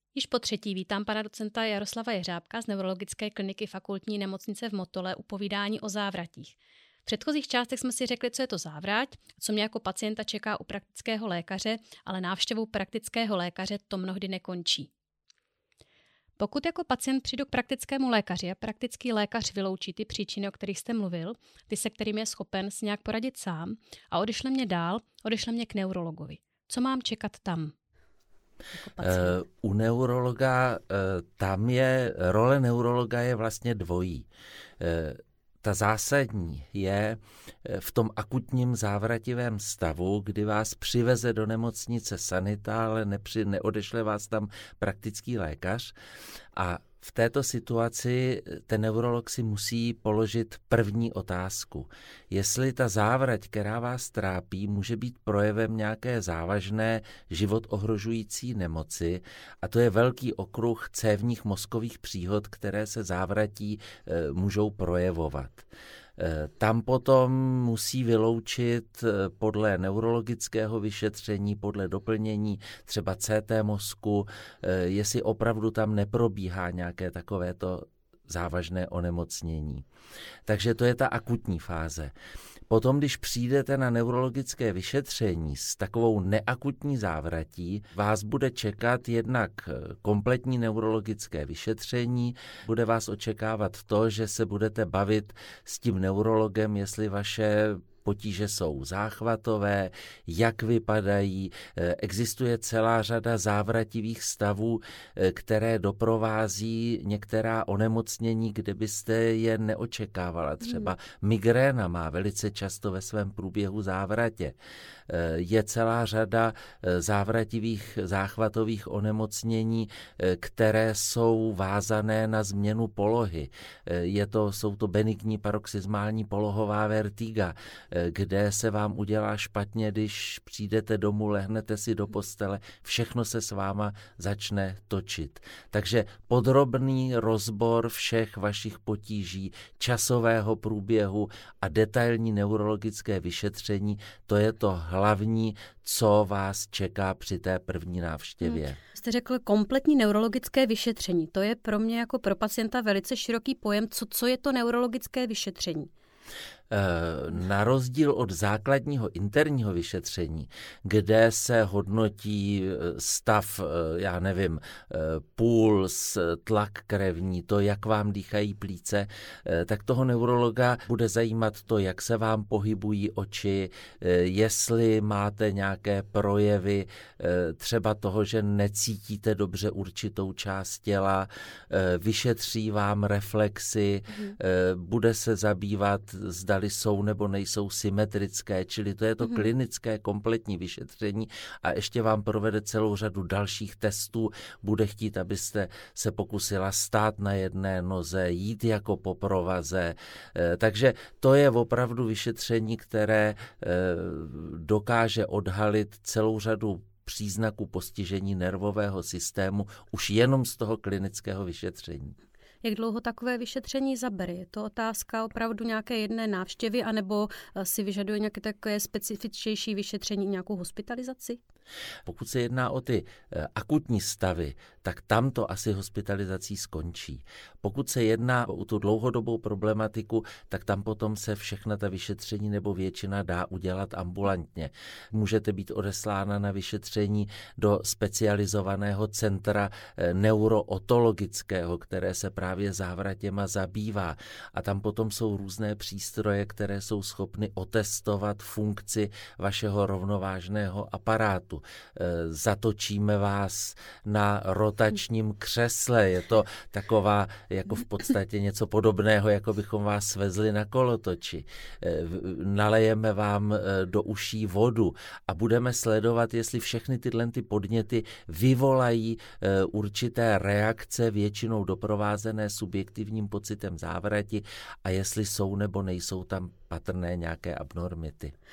Již po třetí vítám pana docenta Jaroslava Jeřábka z neurologické kliniky Fakultní nemocnice v Motole u povídání o závratích. V předchozích částech jsme si řekli, co je to závrať, co mě jako pacienta čeká u praktického lékaře, ale návštěvou praktického lékaře to mnohdy nekončí. Pokud jako pacient přijdu k praktickému lékaři a praktický lékař vyloučí ty příčiny, o kterých jste mluvil, ty, se kterými je schopen si nějak poradit sám a odešle mě dál, odešle mě k neurologovi. Co mám čekat tam? U neurologa tam je, role neurologa je vlastně dvojí. Ta zásadní je v tom akutním závrativém stavu, kdy vás přiveze do nemocnice sanita, ale neodešle vás tam praktický lékař. A v této situaci ten neurolog si musí položit první otázku. Jestli ta závrať, která vás trápí, může být projevem nějaké závažné život ohrožující nemoci, a to je velký okruh cévních mozkových příhod, které se závratí můžou projevovat. Tam potom musí vyloučit podle neurologického vyšetření, podle doplnění třeba CT mozku, jestli opravdu tam neprobíhá nějaké takovéto závažné onemocnění. Takže to je ta akutní fáze. Potom, když přijdete na neurologické vyšetření s takovou neakutní závratí, vás bude čekat jednak kompletní neurologické vyšetření, bude vás očekávat to, že se budete bavit s tím neurologem, jestli vaše potíže jsou záchvatové, jak vypadají. Existuje celá řada závrativých stavů, které doprovází některá onemocnění, kde byste je neočekávala. Třeba migréna má velice často ve svém průběhu závratě. Je celá řada závrativých záchvatových onemocnění, které jsou vázané na změnu polohy. Jsou to benigní paroxysmální polohová vertiga, kde se vám udělá špatně, když přijdete domů, lehnete si do postele, všechno se s váma začne točit. Takže podrobný rozbor všech vašich potíží, časového průběhu a detailní neurologické vyšetření, to je to hlavní, co vás čeká při té první návštěvě. Jste řekl kompletní neurologické vyšetření. To je pro mě jako pro pacienta velice široký pojem. Co je to neurologické vyšetření? Na rozdíl od základního interního vyšetření, kde se hodnotí stav, puls, tlak krevní, to, jak vám dýchají plíce, tak toho neurologa bude zajímat to, jak se vám pohybují oči, jestli máte nějaké projevy třeba toho, že necítíte dobře určitou část těla, vyšetří vám reflexy, bude se zabývat, zdali jsou nebo nejsou symetrické, čili to je to klinické kompletní vyšetření a ještě vám provede celou řadu dalších testů, bude chtít, abyste se pokusila stát na jedné noze, jít jako po provaze. Takže to je opravdu vyšetření, které dokáže odhalit celou řadu příznaků postižení nervového systému už jenom z toho klinického vyšetření. Jak dlouho takové vyšetření zabere? Je to otázka opravdu nějaké jedné návštěvy, anebo si vyžaduje nějaké takové specifičtější vyšetření, nějakou hospitalizaci? Pokud se jedná o ty akutní stavy, tak tam to asi hospitalizací skončí. Pokud se jedná o tu dlouhodobou problematiku, tak tam potom se všechna ta vyšetření nebo většina dá udělat ambulantně. Můžete být odeslána na vyšetření do specializovaného centra neurootologického, které se právě závratěma zabývá. A tam potom jsou různé přístroje, které jsou schopny otestovat funkci vašeho rovnovážného aparátu. Zatočíme vás na rotačním křesle. Je to taková jako v podstatě něco podobného, jako bychom vás svezli na kolotoči. Nalejeme vám do uší vodu a budeme sledovat, jestli všechny tyhle podněty vyvolají určité reakce, většinou doprovázené subjektivním pocitem závrati, a jestli jsou nebo nejsou tam patrné nějaké abnormity.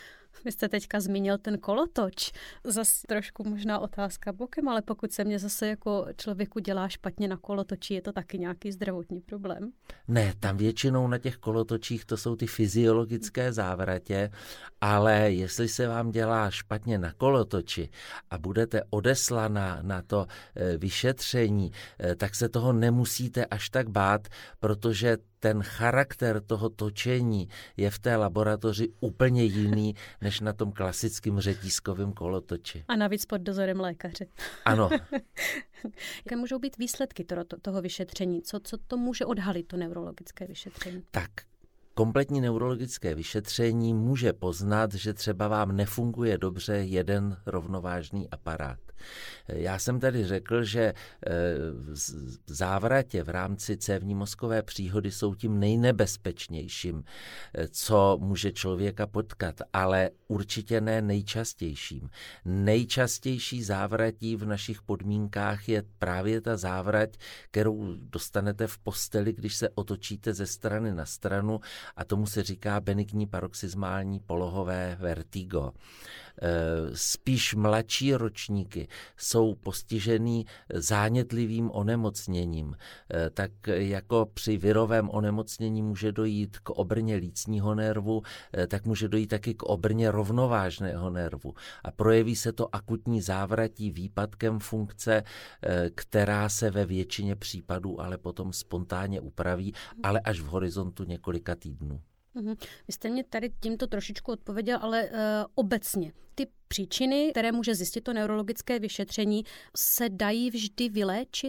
Vy jste teďka zmínil ten kolotoč. Zase trošku možná otázka bokem, ale pokud se mě zase jako člověku dělá špatně na kolotoči, je to taky nějaký zdravotní problém? Ne, tam většinou na těch kolotočích to jsou ty fyziologické závratě, ale jestli se vám dělá špatně na kolotoči a budete odeslaná na to vyšetření, tak se toho nemusíte až tak bát, protože ten charakter toho točení je v té laboratoři úplně jiný, než na tom klasickém řetízkovém kolotoči. A navíc pod dozorem lékaře. Ano. Jaké můžou být výsledky toho vyšetření? Co to může odhalit, to neurologické vyšetření? Tak, kompletní neurologické vyšetření může poznat, že třeba vám nefunguje dobře jeden rovnovážný aparát. Já jsem tady řekl, že závratě v rámci cévní mozkové příhody jsou tím nejnebezpečnějším, co může člověka potkat, ale určitě ne nejčastějším. Nejčastější závratí v našich podmínkách je právě ta závrať, kterou dostanete v posteli, když se otočíte ze strany na stranu, a tomu se říká benigní paroxysmální polohové vertigo. Spíš mladší ročníky jsou postižený zánětlivým onemocněním. Tak jako při virovém onemocnění může dojít k obrně lícního nervu, tak může dojít taky k obrně rovnovážného nervu. A projeví se to akutní závratí výpadkem funkce, která se ve většině případů ale potom spontánně upraví, ale až v horizontu několika týdnů. Vy jste mě tady tímto trošičku odpověděl, ale obecně. Ty příčiny, které může zjistit to neurologické vyšetření, se dají vždy vyléčit?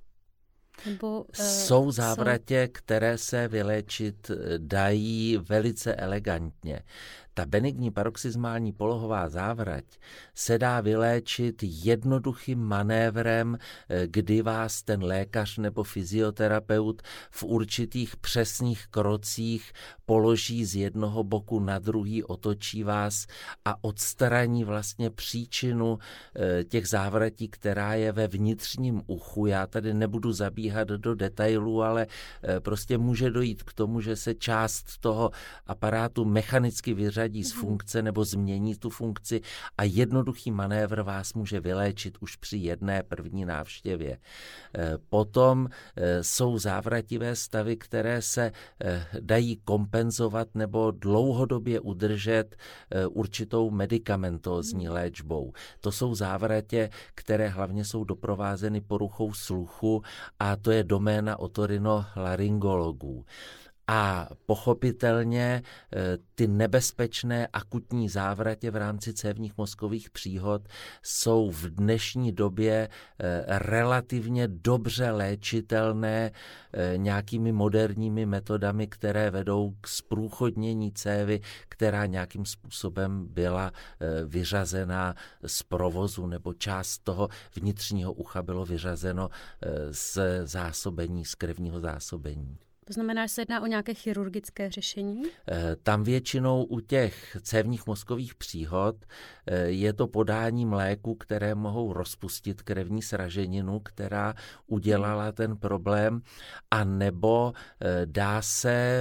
Jsou závratě, které se vyléčit dají velice elegantně. Ta benigní paroxysmální polohová závrať se dá vyléčit jednoduchým manévrem, kdy vás ten lékař nebo fyzioterapeut v určitých přesných krocích položí z jednoho boku na druhý, otočí vás a odstraní vlastně příčinu těch závratí, která je ve vnitřním uchu. Já tady nebudu zabíhat do detailů, ale prostě může dojít k tomu, že se část toho aparátu mechanicky vyřadí z funkce nebo změní tu funkci a jednoduchý manévr vás může vyléčit už při jedné první návštěvě. Potom jsou závrativé stavy, které se dají kompenzovat nebo dlouhodobě udržet určitou medikamentózní léčbou. To jsou závratě, které hlavně jsou doprovázeny poruchou sluchu a to je doména otorinolaryngologů. A pochopitelně ty nebezpečné akutní závratě v rámci cévních mozkových příhod jsou v dnešní době relativně dobře léčitelné nějakými moderními metodami, které vedou k zprůchodnění cévy, která nějakým způsobem byla vyřazena z provozu nebo část toho vnitřního ucha bylo vyřazeno z zásobení, z krevního zásobení. To znamená, že se jedná o nějaké chirurgické řešení? Tam většinou u těch cévních mozkových příhod je to podáním léků, které mohou rozpustit krevní sraženinu, která udělala ten problém, a nebo dá se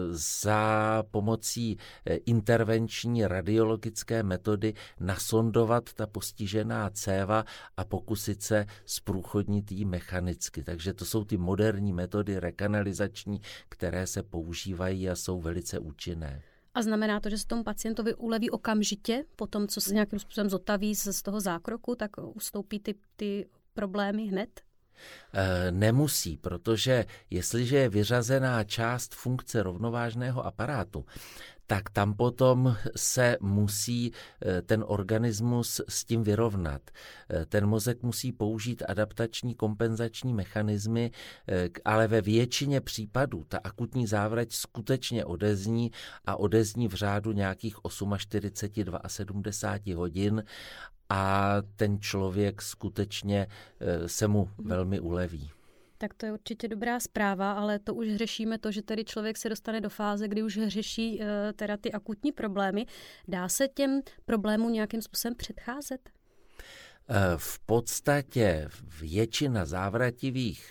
za pomocí intervenční radiologické metody nasondovat ta postižená céva a pokusit se zprůchodnit ji mechanicky. Takže to jsou ty moderní metody rekanalizační, které se používají a jsou velice účinné. A znamená to, že se tomu pacientovi uleví okamžitě po tom, co se nějakým způsobem zotaví z toho zákroku, tak ustoupí ty problémy hned? Nemusí, protože jestliže je vyřazená část funkce rovnovážného aparátu, tak tam potom se musí ten organismus s tím vyrovnat. Ten mozek musí použít adaptační kompenzační mechanismy, ale ve většině případů ta akutní závrať skutečně odezní a odezní v řádu nějakých 48 a 70 hodin a ten člověk skutečně se mu velmi uleví. Tak to je určitě dobrá zpráva, ale to už řešíme to, že tedy člověk se dostane do fáze, kdy už řeší teda ty akutní problémy. Dá se těm problémům nějakým způsobem předcházet? V podstatě většina závrativých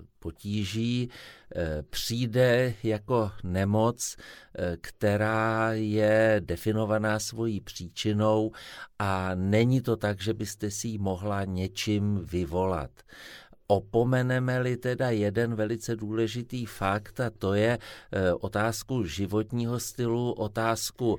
potíží přijde jako nemoc, která je definovaná svojí příčinou a není to tak, že byste si ji mohla něčím vyvolat. Opomeneme-li teda jeden velice důležitý fakt, a to je otázku životního stylu, otázku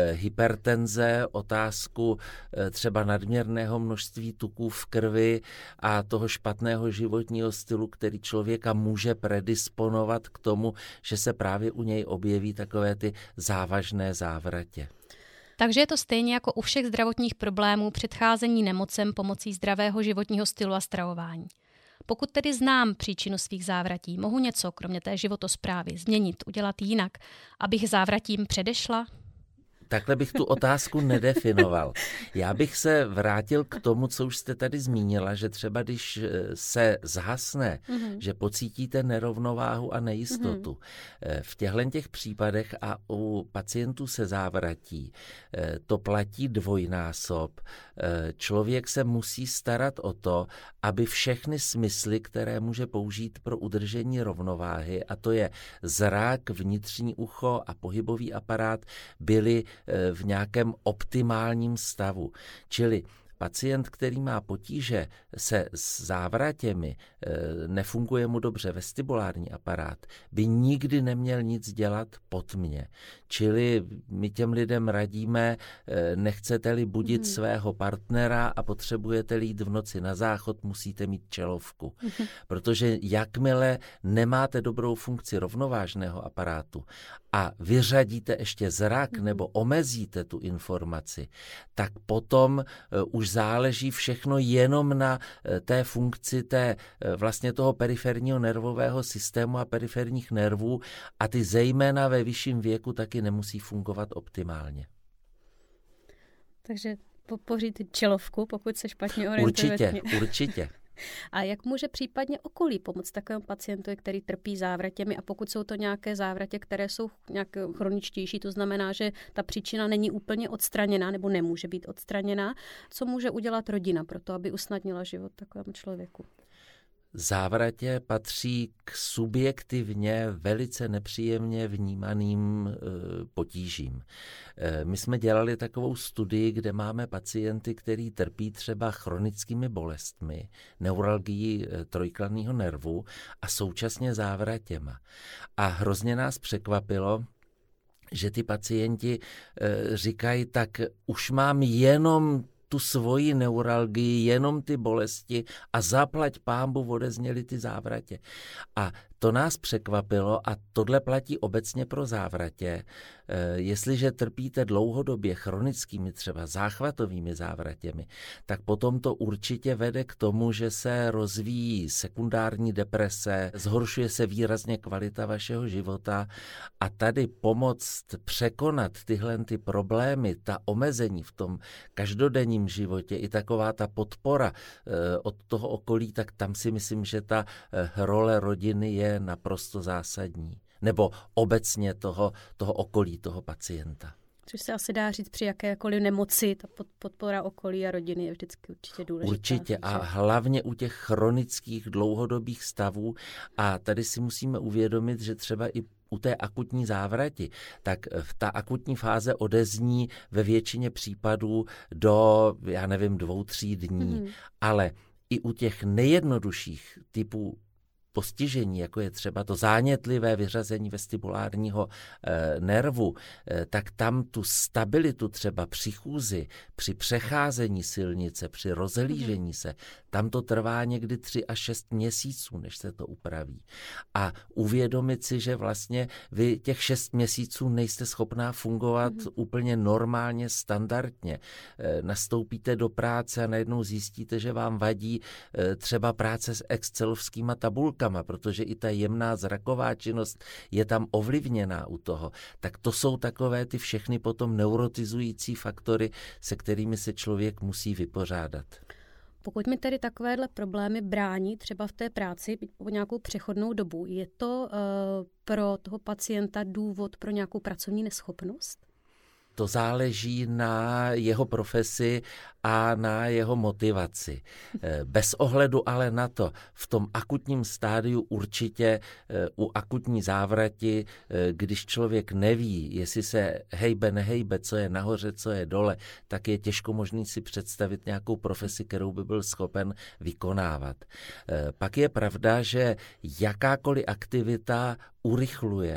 hypertenze, otázku třeba nadměrného množství tuků v krvi a toho špatného životního stylu, který člověka může predisponovat k tomu, že se právě u něj objeví takové ty závažné závratě. Takže je to stejně jako u všech zdravotních problémů předcházení nemocem pomocí zdravého životního stylu a stravování. Pokud tedy znám příčinu svých závratí, mohu něco, kromě té životosprávy, změnit, udělat jinak, abych závratím předešla? Takhle bych tu otázku nedefinoval. Já bych se vrátil k tomu, co už jste tady zmínila, že třeba když se zhasne, že pocítíte nerovnováhu a nejistotu. V těch případech a u pacientů se závratí to platí dvojnásob. Člověk se musí starat o to, aby všechny smysly, které může použít pro udržení rovnováhy, a to je zrak, vnitřní ucho a pohybový aparát, byly v nějakém optimálním stavu. Čili pacient, který má potíže se závratěmi, nefunguje mu dobře vestibulární aparát, by nikdy neměl nic dělat pod mě. Čili my těm lidem radíme, nechcete-li budit svého partnera a potřebujete-li jít v noci na záchod, musíte mít čelovku. Protože jakmile nemáte dobrou funkci rovnovážného aparátu a vyřadíte ještě zrak nebo omezíte tu informaci, tak potom už záleží všechno jenom na té funkci vlastně toho periferního nervového systému a periferních nervů a ty zejména ve vyšším věku taky nemusí fungovat optimálně. Takže pořídit čelovku, pokud se špatně orientujete. Určitě. A jak může případně okolí pomoct takovému pacientovi, který trpí závratěmi, a pokud jsou to nějaké závratě, které jsou nějak chroničtější, to znamená, že ta příčina není úplně odstraněná nebo nemůže být odstraněná, co může udělat rodina pro to, aby usnadnila život takovému člověku? Závratě patří k subjektivně velice nepříjemně vnímaným potížím. My jsme dělali takovou studii, kde máme pacienty, který trpí třeba chronickými bolestmi, neuralgií trojklanného nervu a současně závratěma. A hrozně nás překvapilo, že ty pacienti říkají, tak už mám jenom tu svoji neuralgii, jenom ty bolesti a zaplať pánbůh odezněly ty závratě. A to nás překvapilo a tohle platí obecně pro závratě. Jestliže trpíte dlouhodobě chronickými třeba záchvatovými závratěmi, tak potom to určitě vede k tomu, že se rozvíjí sekundární deprese, zhoršuje se výrazně kvalita vašeho života a tady pomoct překonat tyhle ty problémy, ta omezení v tom každodenním životě i taková ta podpora od toho okolí, tak tam si myslím, že ta role rodiny je naprosto zásadní. Nebo obecně toho okolí toho pacienta. Což se asi dá říct při jakékoliv nemoci, ta podpora okolí a rodiny je vždycky určitě důležitá. Určitě a hlavně u těch chronických dlouhodobých stavů. A tady si musíme uvědomit, že třeba i u té akutní závrati, tak ta akutní fáze odezní ve většině případů do, 2-3 dní. Ale i u těch nejjednodušších typů postižení, jako je třeba to zánětlivé vyřazení vestibulárního nervu, tak tam tu stabilitu třeba při chůzi, při přecházení silnice, při rozhlížení se, tam to trvá někdy 3 až 6 měsíců, než se to upraví. A uvědomit si, že vlastně vy těch 6 měsíců nejste schopná fungovat úplně normálně, standardně. Nastoupíte do práce a najednou zjistíte, že vám vadí třeba práce s excelovskýma tabulkami, protože i ta jemná zraková činnost je tam ovlivněná u toho. Tak to jsou takové ty všechny potom neurotizující faktory, se kterými se člověk musí vypořádat. Pokud mi tedy takovéhle problémy brání třeba v té práci po nějakou přechodnou dobu, je to pro toho pacienta důvod pro nějakou pracovní neschopnost? To záleží na jeho profesi a na jeho motivaci. Bez ohledu ale na to, v tom akutním stádiu určitě u akutní závrati, když člověk neví, jestli se hejbe, nehejbe, co je nahoře, co je dole, tak je těžko možný si představit nějakou profesi, kterou by byl schopen vykonávat. Pak je pravda, že jakákoliv aktivita urychluje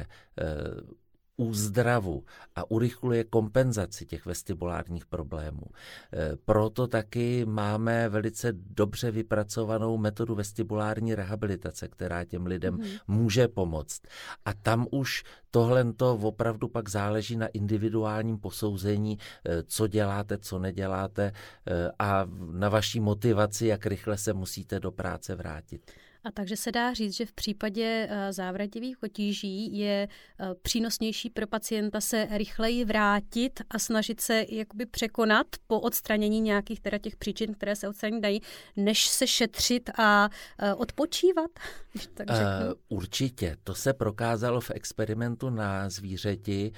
úzdravu a urychluje kompenzaci těch vestibulárních problémů. Proto taky máme velice dobře vypracovanou metodu vestibulární rehabilitace, která těm lidem může pomoct. A tam už tohle opravdu pak záleží na individuálním posouzení, co děláte, co neděláte a na vaší motivaci, jak rychle se musíte do práce vrátit. A takže se dá říct, že v případě závrativých potíží je přínosnější pro pacienta se rychleji vrátit a snažit se jakoby překonat po odstranění nějakých teda těch příčin, které se odstranit dají, než se šetřit a odpočívat? Tak určitě. To se prokázalo v experimentu na zvířeti,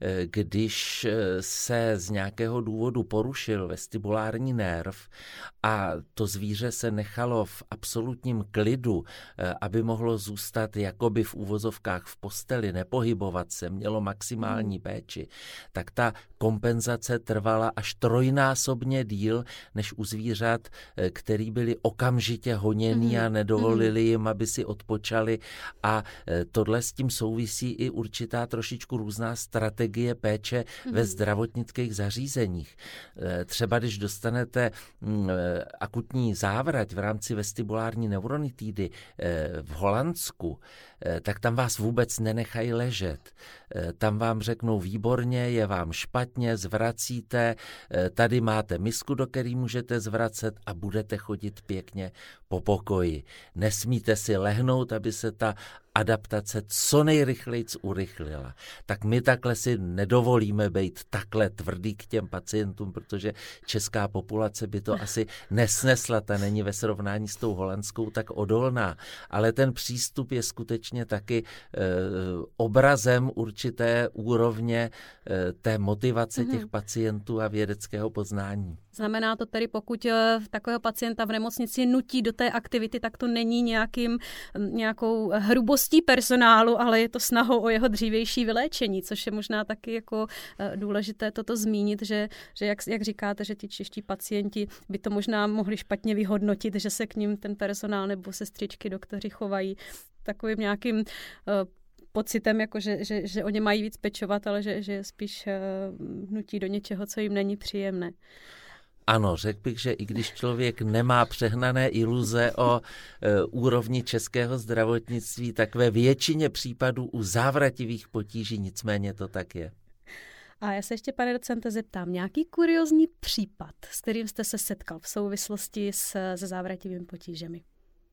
když se z nějakého důvodu porušil vestibulární nerv a to zvíře se nechalo v absolutním klidu, aby mohlo zůstat jakoby v uvozovkách v posteli, nepohybovat se, mělo maximální péči, tak ta kompenzace trvala až trojnásobně díl, než u zvířat, který byli okamžitě honěný a nedovolili jim, aby si odpočali. A tohle s tím souvisí i určitá trošičku různá strategie péče ve zdravotnických zařízeních. Třeba když dostanete akutní závrať v rámci vestibulární neuronitidy v Holandsku, tak tam vás vůbec nenechají ležet. Tam vám řeknou výborně, je vám špatně, zvracíte, tady máte misku, do které můžete zvracet a budete chodit pěkně po pokoji. Nesmíte si lehnout, aby se ta adaptace co nejrychleji urychlila. Tak my takhle si nedovolíme být takhle tvrdý k těm pacientům, protože česká populace by to asi nesnesla, ta není ve srovnání s tou holandskou tak odolná. Ale ten přístup je skutečně taky obrazem určité úrovně té motivace těch pacientů a vědeckého poznání. Znamená to tedy, pokud takového pacienta v nemocnici nutí do té aktivity, tak to není nějakou hrubostí personálu, ale je to snahou o jeho dřívější vyléčení, což je možná taky jako důležité toto zmínit, že jak říkáte, že ti čeští pacienti by to možná mohli špatně vyhodnotit, že se k ním ten personál nebo sestřičky, doktoři chovají takovým nějakým pocitem, jako že o ně mají víc pečovat, ale že spíš nutí do něčeho, co jim není příjemné. Ano, řekl bych, že i když člověk nemá přehnané iluze o úrovni českého zdravotnictví, tak ve většině případů u závrativých potíží nicméně to tak je. A já se ještě, pane docente, zeptám, nějaký kuriózní případ, s kterým jste se setkal v souvislosti se závrativými potížemi?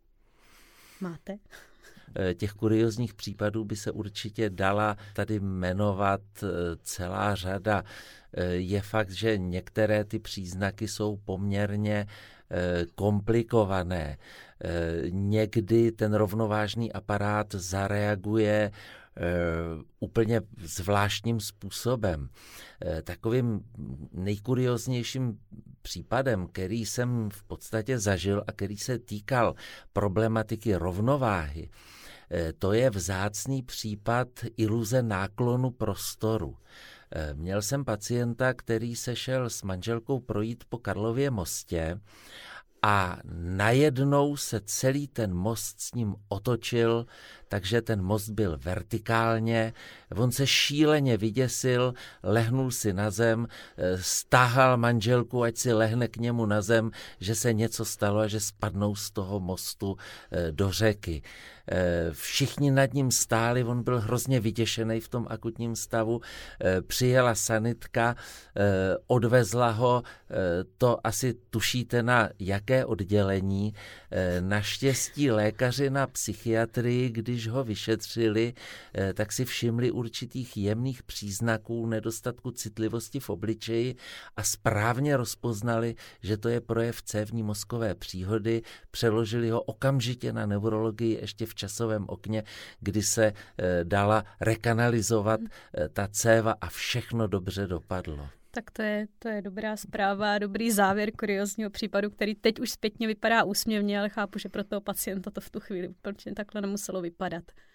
Máte? Těch kuriózních případů by se určitě dala tady jmenovat celá řada. Je fakt, že některé ty příznaky jsou poměrně komplikované. Někdy ten rovnovážný aparát zareaguje úplně zvláštním způsobem. Takovým nejkurióznějším případem, který jsem v podstatě zažil a který se týkal problematiky rovnováhy, to je vzácný případ iluze náklonu prostoru. Měl jsem pacienta, který se šel s manželkou projít po Karlově mostě a najednou se celý ten most s ním otočil, takže ten most byl vertikálně, on se šíleně vyděsil, lehnul si na zem, stáhal manželku, ať si lehne k němu na zem, že se něco stalo a že spadnou z toho mostu do řeky. Všichni nad ním stáli, on byl hrozně vyděšený v tom akutním stavu, přijela sanitka, odvezla ho, to asi tušíte na jaký psychiatrické oddělení. Naštěstí lékaři na psychiatrii, když ho vyšetřili, tak si všimli určitých jemných příznaků nedostatku citlivosti v obličeji a správně rozpoznali, že to je projev cévní mozkové příhody. Přeložili ho okamžitě na neurologii ještě v časovém okně, kdy se dala rekanalizovat ta céva a všechno dobře dopadlo. Tak to je dobrá zpráva, dobrý závěr kuriózního případu, který teď už zpětně vypadá úsměvně, ale chápu, že pro toho pacienta to v tu chvíli úplně takhle nemuselo vypadat.